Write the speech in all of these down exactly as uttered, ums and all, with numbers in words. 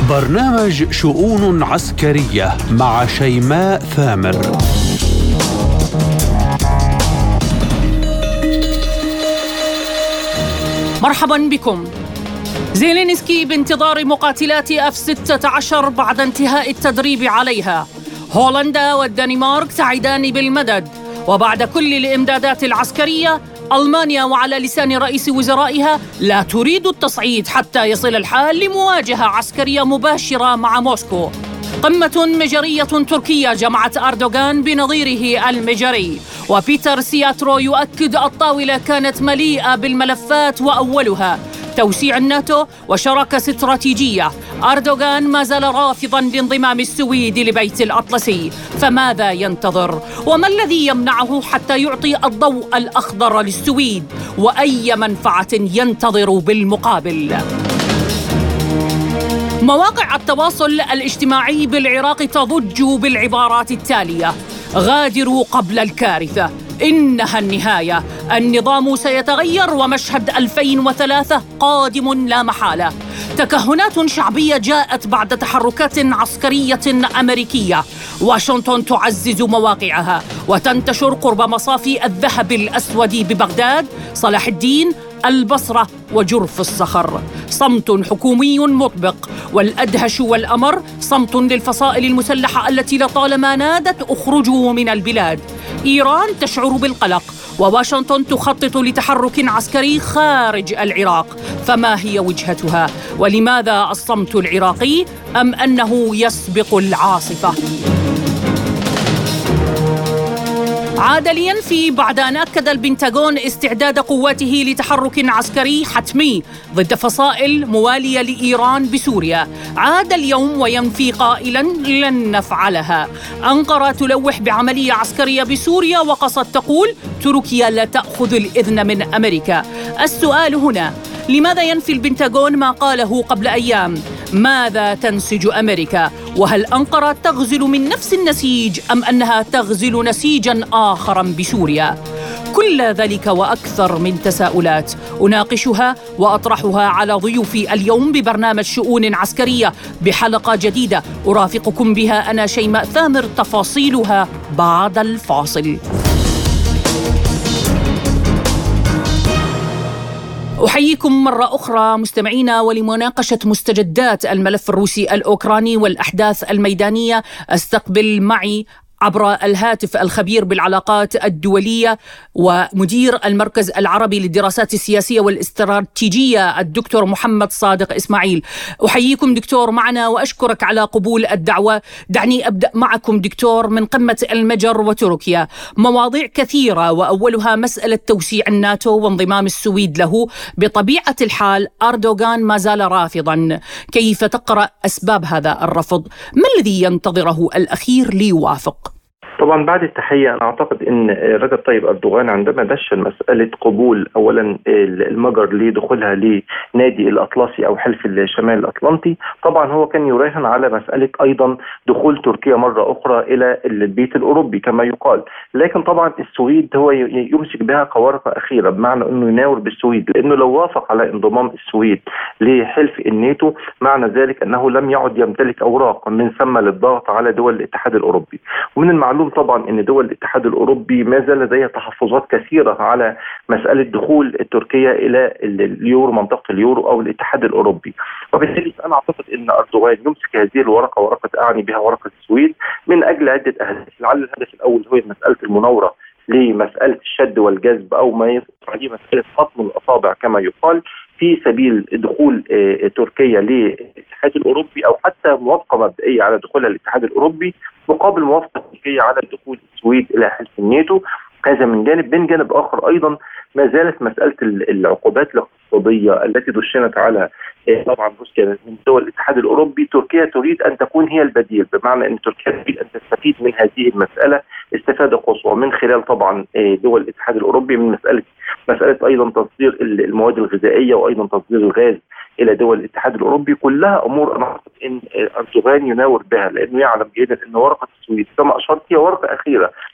برنامج شؤون عسكرية مع شيماء ثامر. مرحبا بكم. زيلينسكي بانتظار مقاتلات إف ستة عشر بعد انتهاء التدريب عليها. هولندا والدنمارك تعدان بالمدد. وبعد كل الإمدادات العسكرية، ألمانيا وعلى لسان رئيس وزرائها لا تريد التصعيد حتى يصل الحال لمواجهة عسكرية مباشرة مع موسكو. قمة مجرية تركية جمعت أردوغان بنظيره المجري. وبيتر سياترو يؤكد الطاولة كانت مليئة بالملفات وأولها توسيع الناتو وشراكة استراتيجية. أردوغان ما زال رافضاً لانضمام السويد لبيت الأطلسي، فماذا ينتظر؟ وما الذي يمنعه حتى يعطي الضوء الأخضر للسويد؟ وأي منفعة ينتظر بالمقابل؟ مواقع التواصل الاجتماعي بالعراق تضج بالعبارات التالية: غادروا قبل الكارثة، إنها النهاية، النظام سيتغير ومشهد ألفين وثلاثة قادم لا محالة. تكهنات شعبية جاءت بعد تحركات عسكرية أمريكية. واشنطن تعزز مواقعها وتنتشر قرب مصافي الذهب الأسود ببغداد، صلاح الدين، البصرة وجرف الصخر. صمت حكومي مطبق، والأدهش والأمر صمت للفصائل المسلحة التي لطالما نادت اخرجوا من البلاد. إيران تشعر بالقلق، وواشنطن تخطط لتحرك عسكري خارج العراق. فما هي وجهتها؟ ولماذا الصمت العراقي أم أنه يسبق العاصفة؟ عاد لينفي بعد أن أكد البنتاغون استعداد قواته لتحرك عسكري حتمي ضد فصائل موالية لإيران بسوريا. عاد اليوم وينفي قائلا لن نفعلها. أنقرة تلوح بعملية عسكرية بسوريا وقصد تقول تركيا لا تأخذ الإذن من أمريكا. السؤال هنا: لماذا ينفي البنتاغون ما قاله قبل أيام؟ ماذا تنسج أمريكا؟ وهل أنقرة تغزل من نفس النسيج أم أنها تغزل نسيجاً آخراً بسوريا؟ كل ذلك وأكثر من تساؤلات أناقشها وأطرحها على ضيوفي اليوم ببرنامج شؤون عسكرية بحلقة جديدة أرافقكم بها أنا شيماء ثامر. تفاصيلها بعد الفاصل. أحييكم مرة أخرى مستمعينا، ولمناقشة مستجدات الملف الروسي الأوكراني والأحداث الميدانية استقبل معي عبر الهاتف الخبير بالعلاقات الدولية ومدير المركز العربي للدراسات السياسية والاستراتيجية الدكتور محمد صادق إسماعيل. أحييكم دكتور معنا وأشكرك على قبول الدعوة. دعني أبدأ معكم دكتور من قمة المجر وتركيا. مواضيع كثيرة وأولها مسألة توسيع الناتو وانضمام السويد له. بطبيعة الحال أردوغان ما زال رافضا. كيف تقرأ أسباب هذا الرفض؟ ما الذي ينتظره الأخير ليوافق؟ طبعا بعد التحية أنا أعتقد أن رجب طيب أردوغان عندما دشن مسألة قبول أولا المجر لدخولها لنادي الأطلسي أو حلف الشمال الأطلنطي، طبعا هو كان يراهن على مسألة أيضا دخول تركيا مرة أخرى إلى البيت الأوروبي كما يقال. لكن طبعا السويد هو يمسك بها كورقة أخيرة، بمعنى أنه يناور بالسويد، لأنه لو وافق على انضمام السويد لحلف الناتو معنى ذلك أنه لم يعد يمتلك أوراق من ثم للضغط على دول الاتحاد الأوروبي. ومن المعلوم طبعا ان دول الاتحاد الاوروبي ما زال لديها تحفظات كثيره على مساله دخول تركيا الى اليورو، منطقه اليورو او الاتحاد الاوروبي. وبالتالي انا اعتقد ان اردوغان يمسك هذه الورقه، ورقه اعني بها ورقه السويد، من اجل عده اهداف. لعل الهدف الاول هو مساله المناوره لمساله الشد والجذب، او ما يطلق عليه مساله خطم الاصابع كما يقال، في سبيل دخول تركيا للاتحاد الاوروبي، او حتى موافقه مبدئيه على دخولها للاتحاد الاوروبي مقابل موافقه تركيا على دخول السويد الى حلف الناتو. هذا من جانب. من جانب اخر ايضا ما زالت مساله العقوبات الاقتصاديه التي دشنت على طبعا روسيا من دول الاتحاد الاوروبي. تركيا تريد ان تكون هي البديل، بمعنى ان تركيا تريد ان تستفيد من هذه المساله استفاده قصوى من خلال طبعا دول الاتحاد الاوروبي من مساله مساله ايضا تصدير المواد الغذائيه وايضا تصدير الغاز الى دول الاتحاد الاوروبي. كلها امور انا اعتقد ان اردوغان يناور بها، لانه يعلم جيدا ان ورقه السويد كما اشرت هي ورقه اخيره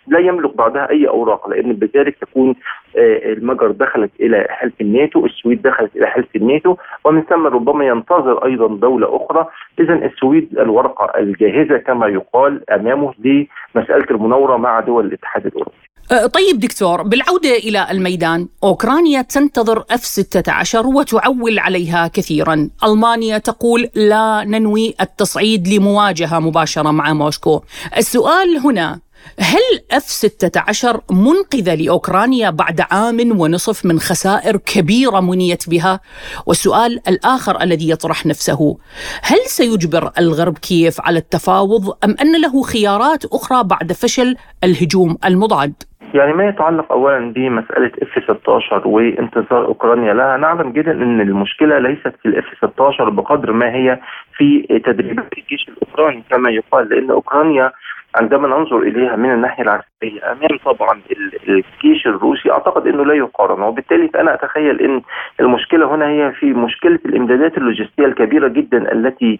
لا يملك بعدها أي أوراق، لأن بذلك تكون المجر دخلت إلى حلف الناتو، السويد دخلت إلى حلف الناتو، ومن ثم ربما ينتظر أيضا دولة أخرى. إذن السويد الورقة الجاهزة كما يقال أمامه لمسألة المناورة مع دول الاتحاد الأوروبي. طيب دكتور، بالعودة إلى الميدان، أوكرانيا تنتظر إف ستة عشر وتعول عليها كثيرا. ألمانيا تقول لا ننوي التصعيد لمواجهة مباشرة مع موسكو. السؤال هنا، هل إف ستة عشر منقذة لأوكرانيا بعد عام ونصف من خسائر كبيرة منيت بها؟ والسؤال الآخر الذي يطرح نفسه، هل سيجبر الغرب كييف على التفاوض أم أن له خيارات أخرى بعد فشل الهجوم المضاد؟ يعني ما يتعلق أولا بمسألة إف ستة عشر وانتظار أوكرانيا لها، نعلم جدا أن المشكلة ليست في الإف ستة عشر بقدر ما هي في تدريبات الجيش الأوكراني كما يقال، لأن أوكرانيا عندما ننظر إليها من الناحية العسكرية أمام طبعا الجيش الروسي أعتقد أنه لا يقارن، وبالتالي فأنا أتخيل أن المشكلة هنا هي في مشكلة الإمدادات اللوجستية الكبيرة جدا التي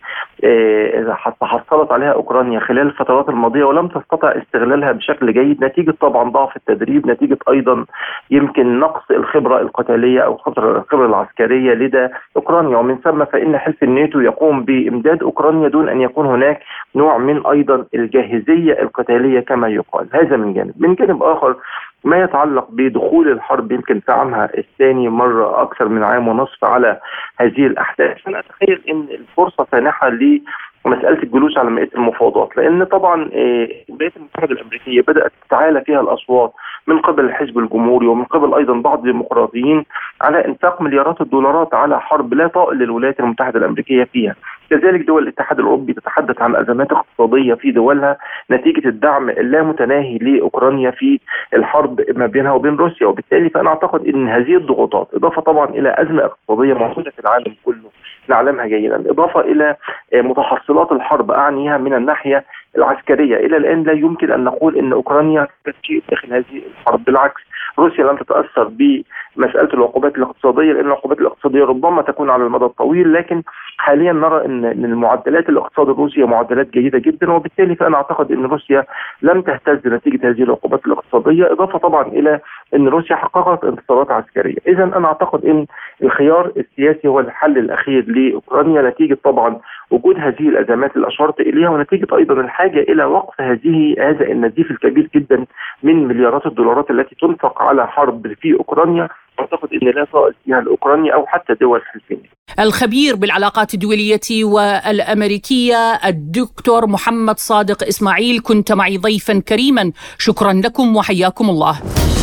حصلت عليها أوكرانيا خلال الفترات الماضية ولم تستطع استغلالها بشكل جيد، نتيجة طبعا ضعف التدريب، نتيجة أيضا يمكن نقص الخبرة القتالية أو الخبرة العسكرية لدى أوكرانيا. ومن ثم فإن حلف الناتو يقوم بإمداد أوكرانيا دون أن يكون هناك نوع من أيضا الجاهزية القتالية كما يقال. هذا من جانب. من جانب آخر ما يتعلق بدخول الحرب يمكن في عامها الثاني مرة أكثر من عام ونصف على هذه الأحداث، أنا أتخيل أن الفرصة سانحة لمسألة الجلوس على مائدة المفاوضات، لأن طبعا الولايات المتحدة الأمريكية بدأت تتعالى فيها الأصوات من قبل الحزب الجمهوري ومن قبل أيضا بعض الديمقراطيين على إنفاق مليارات الدولارات على حرب لا طائل للولايات المتحدة الأمريكية فيها. كذلك دول الاتحاد الأوروبي تتحدث عن أزمات اقتصادية في دولها نتيجة الدعم اللامتناهي لأوكرانيا في الحرب ما بينها وبين روسيا، وبالتالي فأنا أعتقد أن هذه الضغوطات إضافة طبعا إلى أزمة اقتصادية موجودة في العالم كله نعلمها جيدا، إضافة إلى متحصلات الحرب أعنيها من الناحية العسكرية، إلى الآن لا يمكن أن نقول أن أوكرانيا شيء داخل هذه الحرب، بالعكس روسيا لم تتأثر بمسألة العقوبات الاقتصادية لأن العقوبات الاقتصادية ربما تكون على المدى الطويل، لكن حاليا نرى أن المعدلات الاقتصاد الروسية معدلات جيدة جدا، وبالتالي فأنا أعتقد أن روسيا لم تهتز نتيجة هذه العقوبات الاقتصادية، إضافة طبعا إلى أن روسيا حققت انتصارات عسكرية. إذن أنا أعتقد أن الخيار السياسي هو الحل الأخير لأوكرانيا نتيجة طبعا وجود هذه الأزمات اللي أشرت إليها، ونتيجة أيضا الحاجة إلى وقف هذه هذا النزيف الكبير جدا من مليارات الدولارات التي تنفق على حرب في أوكرانيا. أعتقد أن لا طائل فيها لأوكرانيا أو حتى دول حلفين. الخبير بالعلاقات الدولية والأمريكية الدكتور محمد صادق إسماعيل، كنت معي ضيفا كريما، شكرا لكم وحياكم الله.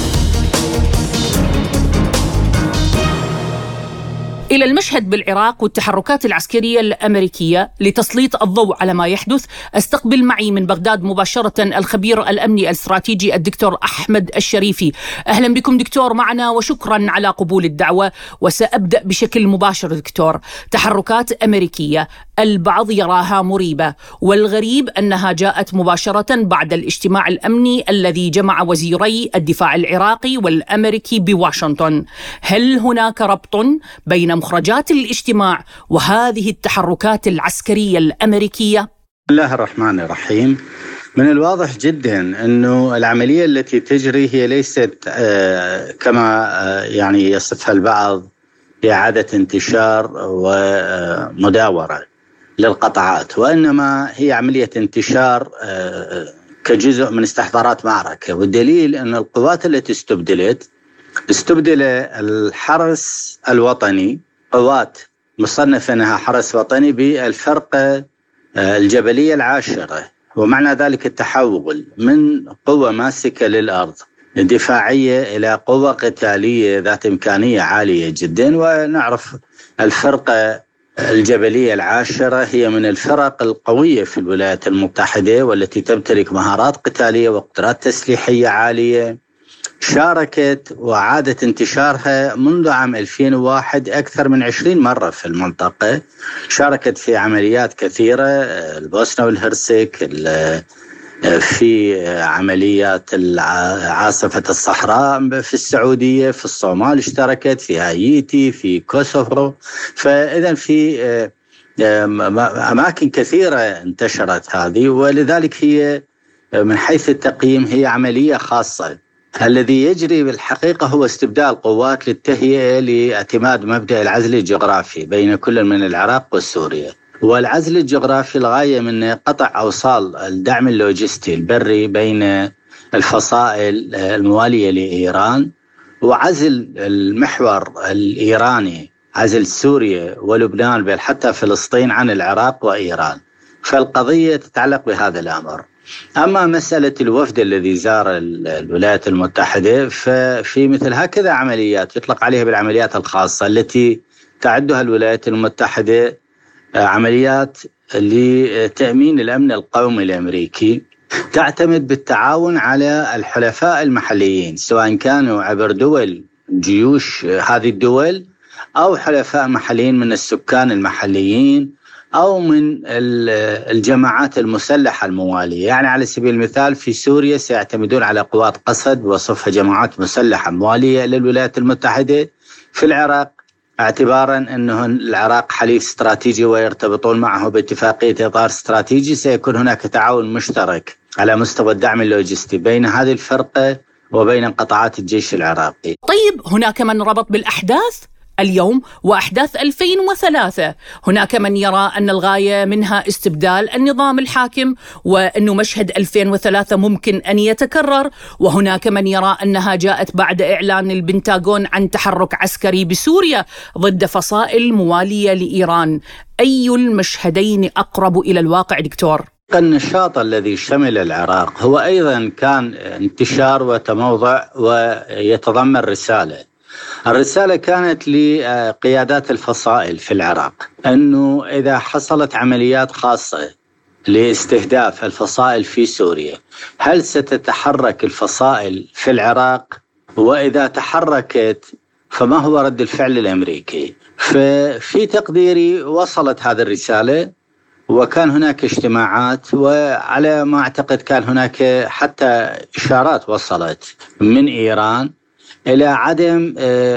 إلى المشهد بالعراق والتحركات العسكرية الأمريكية لتسليط الضوء على ما يحدث، استقبل معي من بغداد مباشرة الخبير الأمني الاستراتيجي الدكتور أحمد الشريفي. أهلا بكم دكتور معنا وشكرا على قبول الدعوة. وسأبدأ بشكل مباشر دكتور، تحركات أمريكية البعض يراها مريبة، والغريب أنها جاءت مباشرة بعد الاجتماع الأمني الذي جمع وزيري الدفاع العراقي والأمريكي بواشنطن. هل هناك ربط بين مخرجات الاجتماع وهذه التحركات العسكرية الأمركية؟ بسم الله الرحمن الرحيم. من الواضح جدا أنه العملية التي تجري هي ليست كما يعني يصفها البعض إعادة انتشار ومداورة للقطاعات، وإنما هي عملية انتشار كجزء من استحضارات معركة. والدليل أن القوات التي استبدلت استبدل الحرس الوطني، قوات مصنفة أنها حرس وطني، بالفرقة الجبلية العاشرة، ومعنى ذلك التحول من قوة ماسكة للأرض دفاعية إلى قوة قتالية ذات إمكانية عالية جدا. ونعرف الفرقة الجبلية العاشرة هي من الفرق القوية في الولايات المتحدة والتي تمتلك مهارات قتالية وقدرات تسليحية عالية. شاركت وعادت انتشارها منذ عام ألفين وواحد أكثر من عشرين مرة في المنطقة، شاركت في عمليات كثيرة، البوسنة والهرسك، في عمليات عاصفة الصحراء في السعودية، في الصومال اشتركت، في هايتي، في كوسوفو. فإذا في أماكن كثيرة انتشرت هذه، ولذلك هي من حيث التقييم هي عملية خاصة. الذي يجري بالحقيقة هو استبدال قوات للتهيئة لاعتماد مبدأ العزل الجغرافي بين كل من العراق وسوريا. والعزل الجغرافي الغاية من قطع أوصال الدعم اللوجستي البري بين الفصائل الموالية لإيران، وعزل المحور الإيراني، عزل سوريا ولبنان بل حتى فلسطين عن العراق وإيران. فالقضية تتعلق بهذا الأمر. أما مسألة الوفد الذي زار الولايات المتحدة، ففي مثل هكذا عمليات يطلق عليها بالعمليات الخاصة التي تعدها الولايات المتحدة عمليات لتأمين الأمن القومي الأمريكي، تعتمد بالتعاون على الحلفاء المحليين سواء كانوا عبر دول جيوش هذه الدول أو حلفاء محليين من السكان المحليين أو من الجماعات المسلحة الموالية. يعني على سبيل المثال في سوريا سيعتمدون على قوات قسد وصفها جماعات مسلحة موالية للولايات المتحدة. في العراق اعتبارا أنه العراق حليف استراتيجي ويرتبطون معه باتفاقية إطار استراتيجي، سيكون هناك تعاون مشترك على مستوى الدعم اللوجستي بين هذه الفرقة وبين قطاعات الجيش العراقي. طيب هناك من ربط بالأحداث اليوم وأحداث ألفين وثلاثة، هناك من يرى أن الغاية منها استبدال النظام الحاكم وأنه مشهد ألفين وثلاثة ممكن أن يتكرر، وهناك من يرى أنها جاءت بعد إعلان البنتاغون عن تحرك عسكري بسوريا ضد فصائل موالية لإيران. أي المشهدين أقرب إلى الواقع دكتور؟ النشاط الذي شمل العراق هو أيضا كان انتشار وتموضع ويتضمن رسالة. الرسالة كانت لقيادات الفصائل في العراق أنه إذا حصلت عمليات خاصة لاستهداف الفصائل في سوريا، هل ستتحرك الفصائل في العراق؟ وإذا تحركت فما هو رد الفعل الأمريكي؟ ففي تقديري وصلت هذه الرسالة، وكان هناك اجتماعات، وعلى ما أعتقد كان هناك حتى إشارات وصلت من إيران إلى عدم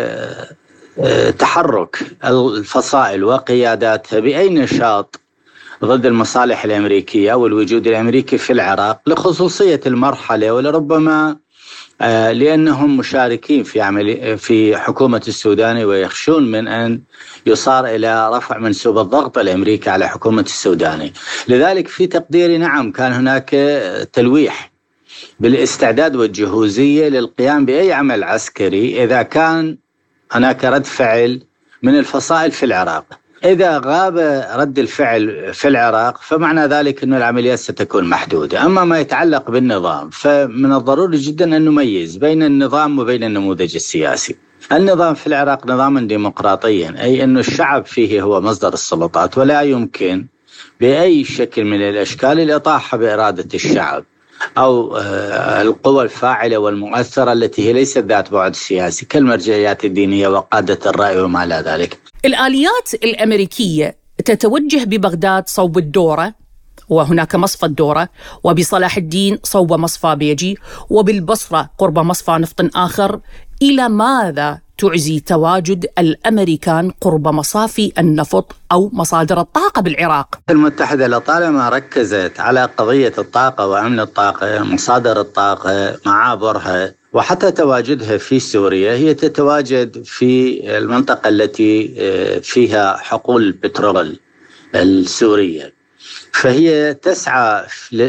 تحرك الفصائل وقياداتها بأي نشاط ضد المصالح الأمريكية أو الوجود الأمريكي في العراق لخصوصية المرحلة، ولربما لأنهم مشاركين في عمل في حكومة السوداني ويخشون من أن يصار إلى رفع منسوب الضغط الأمريكي على حكومة السوداني. لذلك في تقديري نعم كان هناك تلويح بالاستعداد والجهوزية للقيام بأي عمل عسكري إذا كان هناك رد فعل من الفصائل في العراق. إذا غاب رد الفعل في العراق فمعنى ذلك أن العمليات ستكون محدودة. أما ما يتعلق بالنظام فمن الضروري جدا أن نميز بين النظام وبين النموذج السياسي. النظام في العراق نظاما ديمقراطيا، أي أن الشعب فيه هو مصدر السلطات، ولا يمكن بأي شكل من الأشكال الإطاحة بإرادة الشعب أو القوى الفاعلة والمؤثرة التي هي ليست ذات بعد سياسي كالمرجعيات الدينية وقادة الرأي وما لا ذلك. الآليات الأمريكية تتوجه ببغداد صوب الدورة، وهناك مصفى الدورة، وبصلاح الدين صوب مصفى بيجي، وبالبصرة قرب مصفى نفط آخر. إلى ماذا تعزي تواجد الأمريكان قرب مصافي النفط أو مصادر الطاقة بالعراق؟ المتحدة لطالما ركزت على قضية الطاقة وأمن الطاقة، مصادر الطاقة، معابرها، وحتى تواجدها في سوريا. هي تتواجد في المنطقة التي فيها حقول البترول السورية، فهي تسعى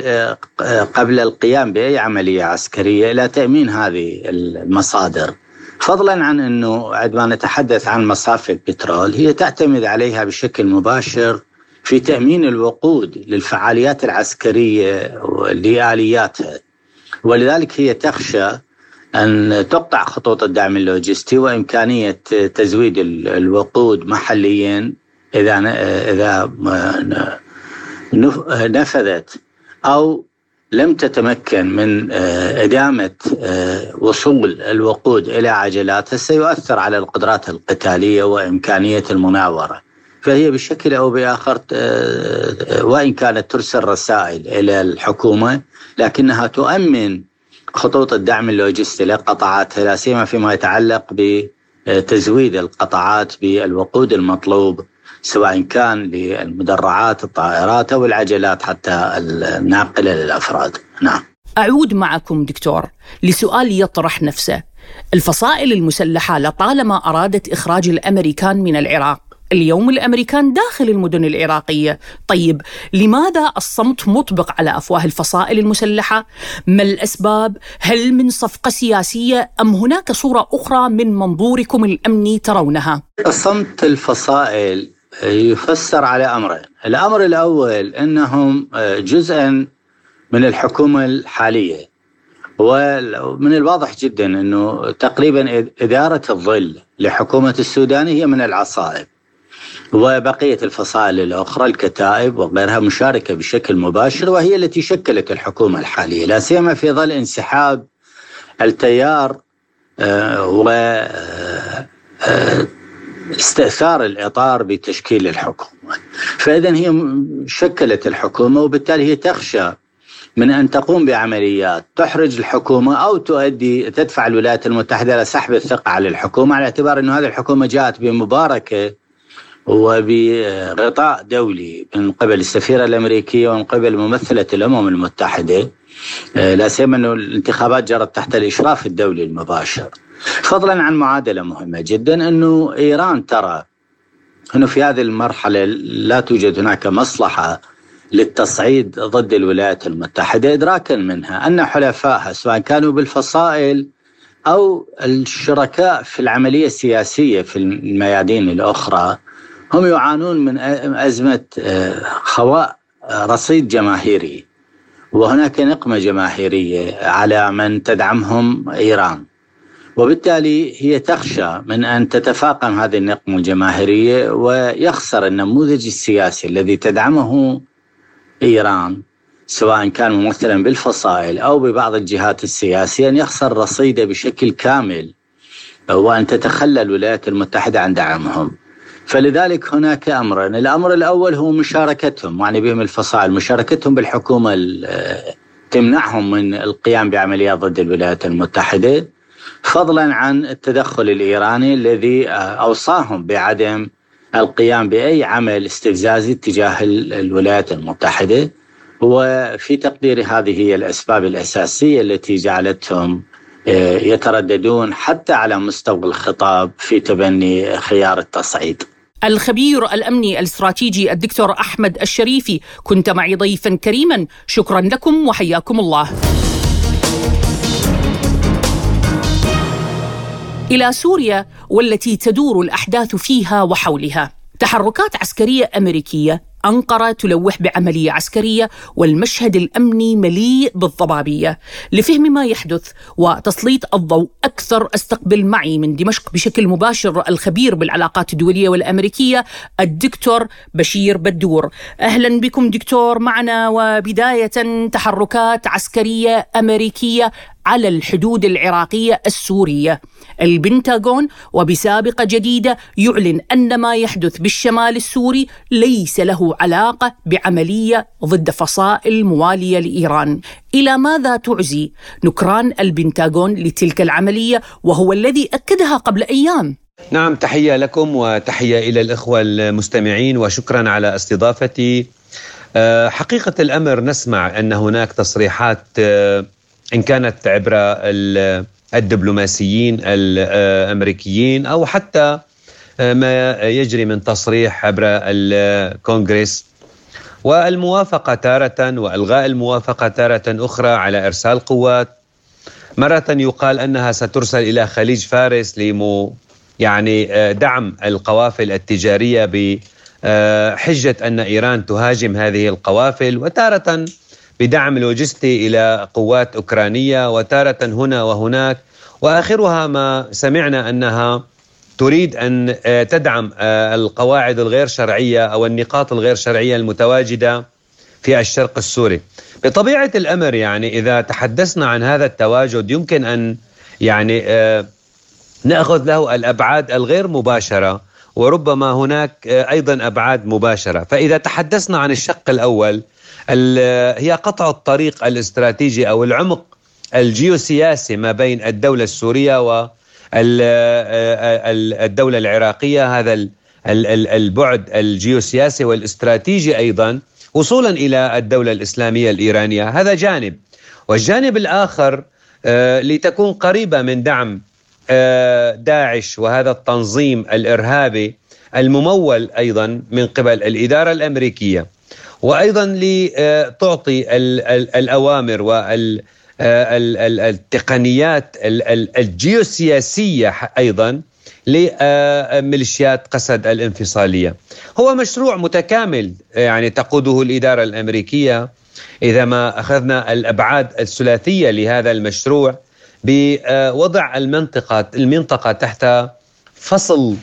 قبل القيام بأي عملية عسكرية إلى تأمين هذه المصادر، فضلا عن أنه عندما نتحدث عن مصافي البترول هي تعتمد عليها بشكل مباشر في تأمين الوقود للفعاليات العسكرية لآلياتها، ولذلك هي تخشى أن تقطع خطوط الدعم اللوجستي وإمكانية تزويد الوقود محليا إذا إذا نفذت أو لم تتمكن من إدامة وصول الوقود إلى عجلاتها. سيؤثر على القدرات القتالية وإمكانية المناورة. فهي بشكل أو بآخر وإن كانت ترسل رسائل إلى الحكومة لكنها تؤمن خطوط الدعم اللوجستي لقطاعاتها، لا سيما فيما يتعلق بتزويد القطاعات بالوقود المطلوب سواء كان للمدرعات، الطائرات أو العجلات حتى الناقلة للأفراد. نعم. أعود معكم دكتور لسؤال يطرح نفسه. الفصائل المسلحة لطالما أرادت إخراج الأمريكان من العراق، اليوم الأمريكان داخل المدن العراقية. طيب لماذا الصمت مطبق على أفواه الفصائل المسلحة؟ ما الأسباب؟ هل من صفقة سياسية أم هناك صورة أخرى من منظوركم الأمني ترونها؟ صمت الفصائل يفسر على أمرين. الأمر الأول أنهم جزءا من الحكومة الحالية، ومن الواضح جدا أنه تقريبا إدارة الظل لحكومة السودان هي من العصائب، وبقية الفصائل الأخرى الكتائب وغيرها مشاركة بشكل مباشر، وهي التي شكلت الحكومة الحالية، لا سيما في ظل انسحاب التيار و استئثار الإطار بتشكيل الحكومة. فإذن هي شكلت الحكومة، وبالتالي هي تخشى من أن تقوم بعمليات تحرج الحكومة أو تؤدي تدفع الولايات المتحدة إلى سحب الثقة على الحكومة، على اعتبار أن هذه الحكومة جاءت بمباركة وبغطاء دولي من قبل السفيرة الأمريكية ومن قبل ممثلة الأمم المتحدة، لا سيما أن الانتخابات جرت تحت الإشراف الدولي المباشر. فضلا عن معادلة مهمة جدا، أنه إيران ترى أنه في هذه المرحلة لا توجد هناك مصلحة للتصعيد ضد الولايات المتحدة، إدراكا منها أن حلفائها سواء كانوا بالفصائل أو الشركاء في العملية السياسية في الميادين الأخرى هم يعانون من أزمة خواء رصيد جماهيري، وهناك نقمة جماهيرية على من تدعمهم إيران، وبالتالي هي تخشى من أن تتفاقم هذه النقمة الجماهيرية ويخسر النموذج السياسي الذي تدعمه إيران سواء كان ممثلا بالفصائل أو ببعض الجهات السياسية، أن يخسر رصيده بشكل كامل وأن تتخلى الولايات المتحدة عن دعمهم. فلذلك هناك أمرين. الأمر الأول هو مشاركتهم، يعني بهم الفصائل، مشاركتهم بالحكومة تمنعهم من القيام بعمليات ضد الولايات المتحدة، فضلا عن التدخل الإيراني الذي أوصاهم بعدم القيام بأي عمل استفزازي تجاه الولايات المتحدة. وفي تقديري هذه هي الأسباب الأساسية التي جعلتهم يترددون حتى على مستوى الخطاب في تبني خيار التصعيد. الخبير الأمني الاستراتيجي الدكتور أحمد الشريفي، كنت معي ضيفا كريما، شكرا لكم وحياكم الله. إلى سوريا والتي تدور الأحداث فيها وحولها. تحركات عسكرية أمريكية، أنقرة تلوح بعملية عسكرية، والمشهد الأمني مليء بالضبابية. لفهم ما يحدث وتسليط الضوء أكثر، أستقبل معي من دمشق بشكل مباشر الخبير بالعلاقات الدولية والأمريكية الدكتور بشير بدور. أهلا بكم دكتور معنا. وبداية، تحركات عسكرية أمريكية على الحدود العراقية السورية. البنتاغون وبسابقة جديدة يعلن أن ما يحدث بالشمال السوري ليس له علاقة بعملية ضد فصائل موالية لإيران. إلى ماذا تعزي نكران البنتاغون لتلك العملية وهو الذي أكدها قبل أيام؟ نعم، تحية لكم وتحية إلى الإخوة المستمعين وشكرا على استضافتي. حقيقة الأمر نسمع أن هناك تصريحات إن كانت عبر الدبلوماسيين الأمريكيين أو حتى ما يجري من تصريح عبر الكونغرس، والموافقة تارة وإلغاء الموافقة تارة أخرى على إرسال قوات. مرة يقال أنها سترسل إلى خليج فارس لمو يعني دعم القوافل التجارية بحجة أن إيران تهاجم هذه القوافل، وتارة بدعم لوجستي إلى قوات أوكرانية، وتارة هنا وهناك، وآخرها ما سمعنا أنها تريد أن تدعم القواعد الغير شرعية أو النقاط الغير شرعية المتواجدة في الشرق السوري. بطبيعة الأمر يعني إذا تحدثنا عن هذا التواجد يمكن أن يعني نأخذ له الأبعاد الغير مباشرة، وربما هناك أيضا أبعاد مباشرة. فإذا تحدثنا عن الشق الأول هي قطع الطريق الاستراتيجي أو العمق الجيوسياسي ما بين الدولة السورية والدولة العراقية، هذا البعد الجيوسياسي والاستراتيجي أيضا وصولا إلى الدولة الإسلامية الإيرانية، هذا جانب. والجانب الآخر لتكون قريبة من دعم داعش وهذا التنظيم الإرهابي الممول أيضا من قبل الإدارة الأمريكية، وأيضا لتعطي الأوامر والتقنيات الجيوسياسية أيضا لميليشيات قسد الانفصالية. هو مشروع متكامل يعني تقوده الإدارة الأمريكية. إذا ما أخذنا الأبعاد الثلاثية لهذا المشروع بوضع المنطقة المنطقة تحت فصل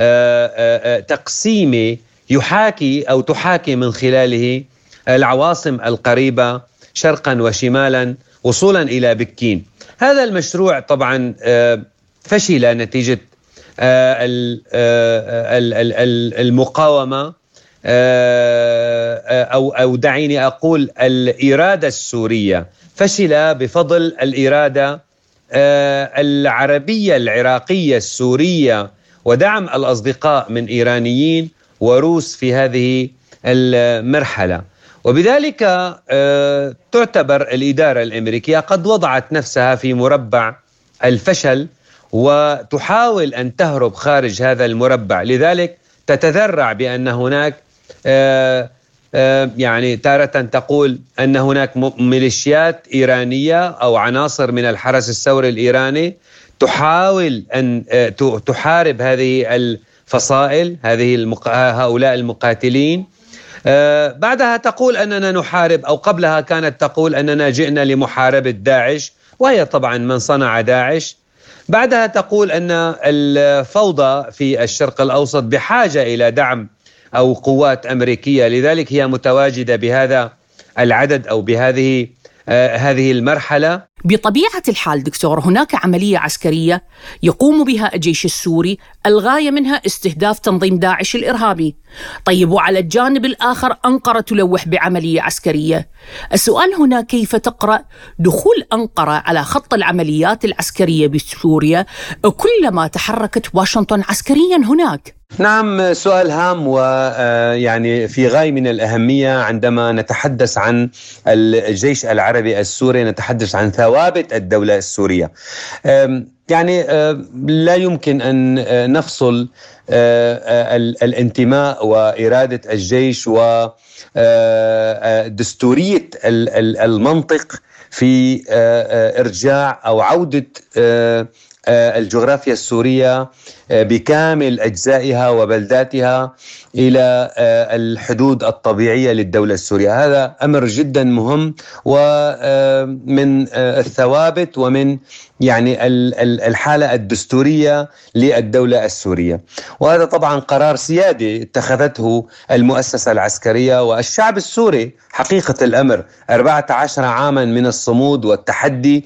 تقسيمي يحاكي أو تحاكي من خلاله العواصم القريبة شرقا وشمالا وصولا إلى بكين. هذا المشروع طبعا فشل نتيجة المقاومة أو أو دعيني أقول الإرادة السورية، فشل بفضل الإرادة العربية العراقية السورية ودعم الأصدقاء من إيرانيين وروس في هذه المرحلة. وبذلك تعتبر الإدارة الأمريكية قد وضعت نفسها في مربع الفشل وتحاول أن تهرب خارج هذا المربع. لذلك تتذرع بأن هناك آآ آآ يعني تارة تقول أن هناك ميليشيات إيرانية أو عناصر من الحرس الثوري الإيراني تحاول أن تحارب هذه الفصائل، هذه المق... هؤلاء المقاتلين. بعدها تقول أننا نحارب، أو قبلها كانت تقول أننا جئنا لمحاربة داعش، وهي طبعا من صنع داعش. بعدها تقول أن الفوضى في الشرق الأوسط بحاجة إلى دعم أو قوات أمريكية، لذلك هي متواجدة بهذا العدد أو بهذه آه هذه المرحلة. بطبيعة الحال دكتور، هناك عملية عسكرية يقوم بها الجيش السوري الغاية منها استهداف تنظيم داعش الإرهابي. طيب، وعلى الجانب الآخر أنقرة تلوح بعملية عسكرية. السؤال هنا كيف تقرأ دخول أنقرة على خط العمليات العسكرية بسوريا كلما تحركت واشنطن عسكريا هناك؟ نعم، سؤال هام ويعني في غاية من الأهمية. عندما نتحدث عن الجيش العربي السوري نتحدث عن ثوابت الدولة السورية. يعني لا يمكن أن نفصل الانتماء وإرادة الجيش ودستورية المنطق في إرجاع أو عودة الجغرافيا السورية بكامل أجزائها وبلداتها إلى الحدود الطبيعية للدولة السورية. هذا أمر جدا مهم ومن الثوابت ومن يعني الحالة الدستورية للدولة السورية، وهذا طبعا قرار سيادي اتخذته المؤسسة العسكرية والشعب السوري. حقيقة الأمر أربعة عشر عاما من الصمود والتحدي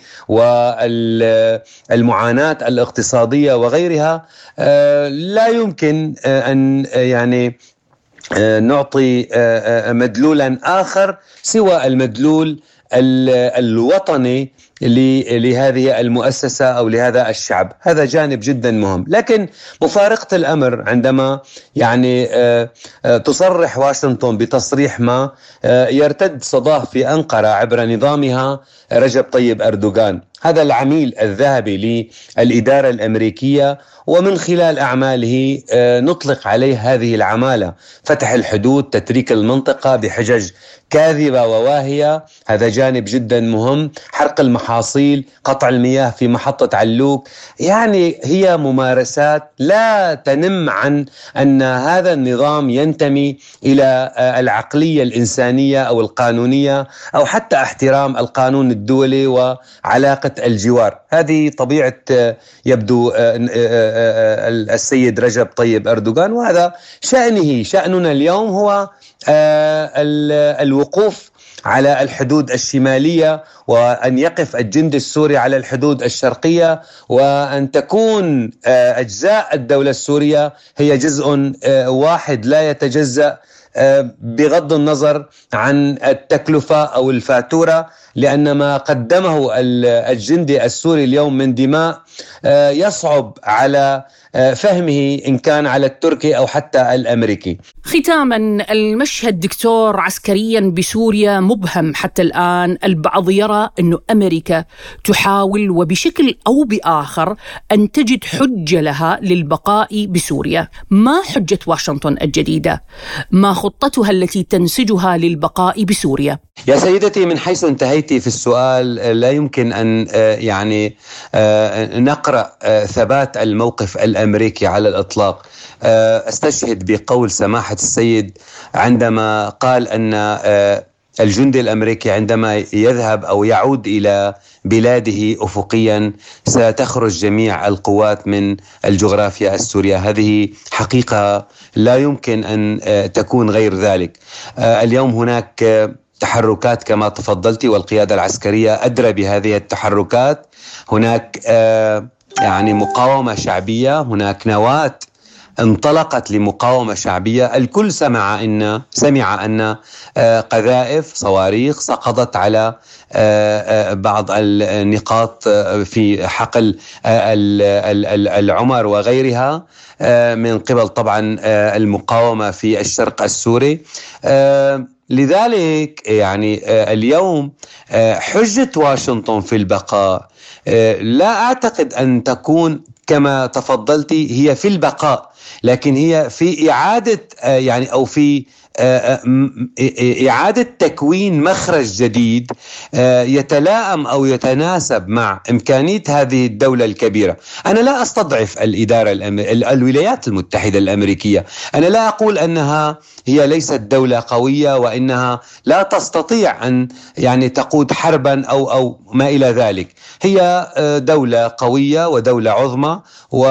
والمعاناة الاقتصادية وغيرها، لا يمكن أن يعني نعطي مدلولا آخر سوى المدلول الوطني لهذه المؤسسة أو لهذا الشعب. هذا جانب جدا مهم. لكن مفارقة الأمر عندما يعني تصرح واشنطن بتصريح ما يرتد صداه في أنقرة عبر نظامها رجب طيب أردوغان، هذا العميل الذهبي للإدارة الأمريكية، ومن خلال أعماله نطلق عليه هذه العمالة: فتح الحدود، تتريك المنطقة بحجج كاذبة وواهية. هذا جانب جدا مهم. حرق المحاصيل، قطع المياه في محطة علوك. يعني هي ممارسات لا تنم عن أن هذا النظام ينتمي إلى العقلية الإنسانية أو القانونية أو حتى احترام القانون الدولي وعلاقة الجوار. هذه طبيعة يبدو السيد رجب طيب أردوغان، وهذا شأنه. شأننا اليوم هو الوقوف على الحدود الشمالية، وأن يقف الجندي السوري على الحدود الشرقية، وأن تكون أجزاء الدولة السورية هي جزء واحد لا يتجزأ بغض النظر عن التكلفة أو الفاتورة، لأن ما قدمه الجندي السوري اليوم من دماء يصعب على فهمه إن كان على التركي أو حتى الأمريكي. ختاما، المشهد دكتور عسكريا بسوريا مبهم حتى الآن. البعض يرى أن أمريكا تحاول وبشكل أو بآخر أن تجد حجة لها للبقاء بسوريا. ما حجة واشنطن الجديدة؟ ما خطتها التي تنسجها للبقاء بسوريا؟ يا سيدتي، من حيث انتهيتي في السؤال لا يمكن أن يعني نقرأ ثبات الموقف الأمريكي على الإطلاق. أستشهد بقول سماحة السيد عندما قال أن الجندي الأمريكي عندما يذهب أو يعود إلى بلاده أفقيا ستخرج جميع القوات من الجغرافيا السورية. هذه حقيقة لا يمكن أن تكون غير ذلك. اليوم هناك تحركات كما تفضلت، والقيادة العسكرية أدرى بهذه التحركات. هناك يعني مقاومة شعبية، هناك نواة انطلقت لمقاومة شعبية. الكل سمع أن سمع أن قذائف صواريخ سقطت على بعض النقاط في حقل العمر وغيرها من قبل طبعا المقاومة في الشرق السوري. لذلك يعني اليوم حجة واشنطن في البقاء لا أعتقد أن تكون كما تفضلتي هي في البقاء، لكن هي في إعادة يعني أو في إعادة تكوين مخرج جديد يتلائم أو يتناسب مع إمكانية هذه الدولة الكبيرة. أنا لا أستضعف الإدارة الولايات المتحدة الأمريكية، أنا لا أقول أنها هي ليست دولة قوية وإنها لا تستطيع أن يعني تقود حربا أو أو ما إلى ذلك. هي دولة قوية ودولة عظمى،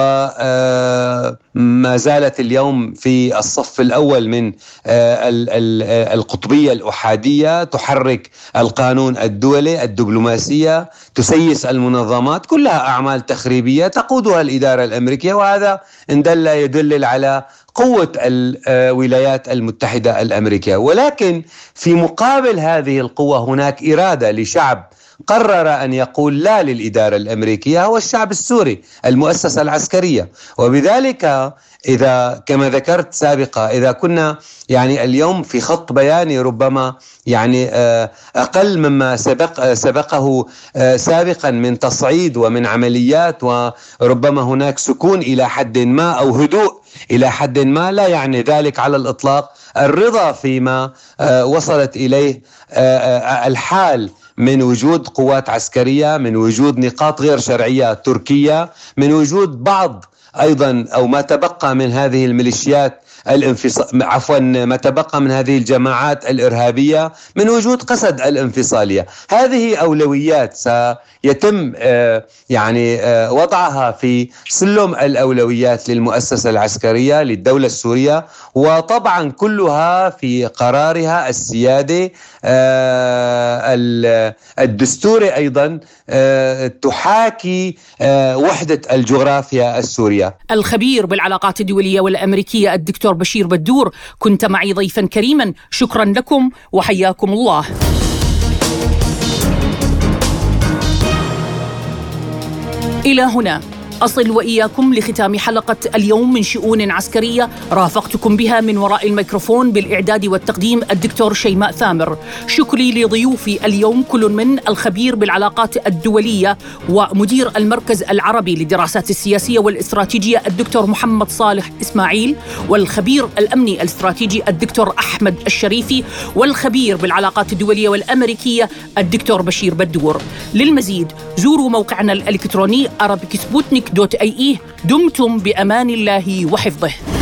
وما زالت اليوم في الصف الأول من القطبية الأحادية، تحرك القانون الدولي، الدبلوماسية، تسيس المنظمات، كلها أعمال تخريبية تقودها الإدارة الأمريكية. وهذا إن دل يدلل على قوة الولايات المتحدة الأمريكية. ولكن في مقابل هذه القوة هناك إرادة لشعب قرر أن يقول لا للإدارة الأمريكية، هو الشعب السوري، المؤسسة العسكرية. وبذلك إذا كما ذكرت سابقا، إذا كنا يعني اليوم في خط بياني ربما يعني أقل مما سبق سبقه سابقا من تصعيد ومن عمليات، وربما هناك سكون إلى حد ما أو هدوء إلى حد ما، لا يعني ذلك على الإطلاق الرضا فيما وصلت إليه الحال من وجود قوات عسكرية، من وجود نقاط غير شرعية تركية، من وجود بعض أيضا أو ما تبقى من هذه الميليشيات الانفصال عفوا ما تبقى من هذه الجماعات الإرهابية، من وجود قسد الانفصالية. هذه أولويات سيتم يعني وضعها في سلم الأولويات للمؤسسة العسكرية للدولة السورية، وطبعا كلها في قرارها السيادي الدستوري أيضا تحاكي وحدة الجغرافيا السورية. الخبير بالعلاقات الدولية والأمريكية الدكتور بشير بدور، كنت معي ضيفا كريما، شكرا لكم وحياكم الله. إلى هنا أصل وإياكم لختام حلقة اليوم من شؤون عسكرية، رافقتكم بها من وراء الميكروفون بالإعداد والتقديم الدكتور شيماء ثامر. شكري لضيوفي اليوم كل من الخبير بالعلاقات الدولية ومدير المركز العربي للدراسات السياسية والاستراتيجية الدكتور محمد صالح إسماعيل، والخبير الأمني الاستراتيجي الدكتور أحمد الشريفي، والخبير بالعلاقات الدولية والأمريكية الدكتور بشير بدور. للمزيد زوروا موقعنا الإلكتروني arabik sputnik دوت اي اي. دمتم بأمان الله وحفظه.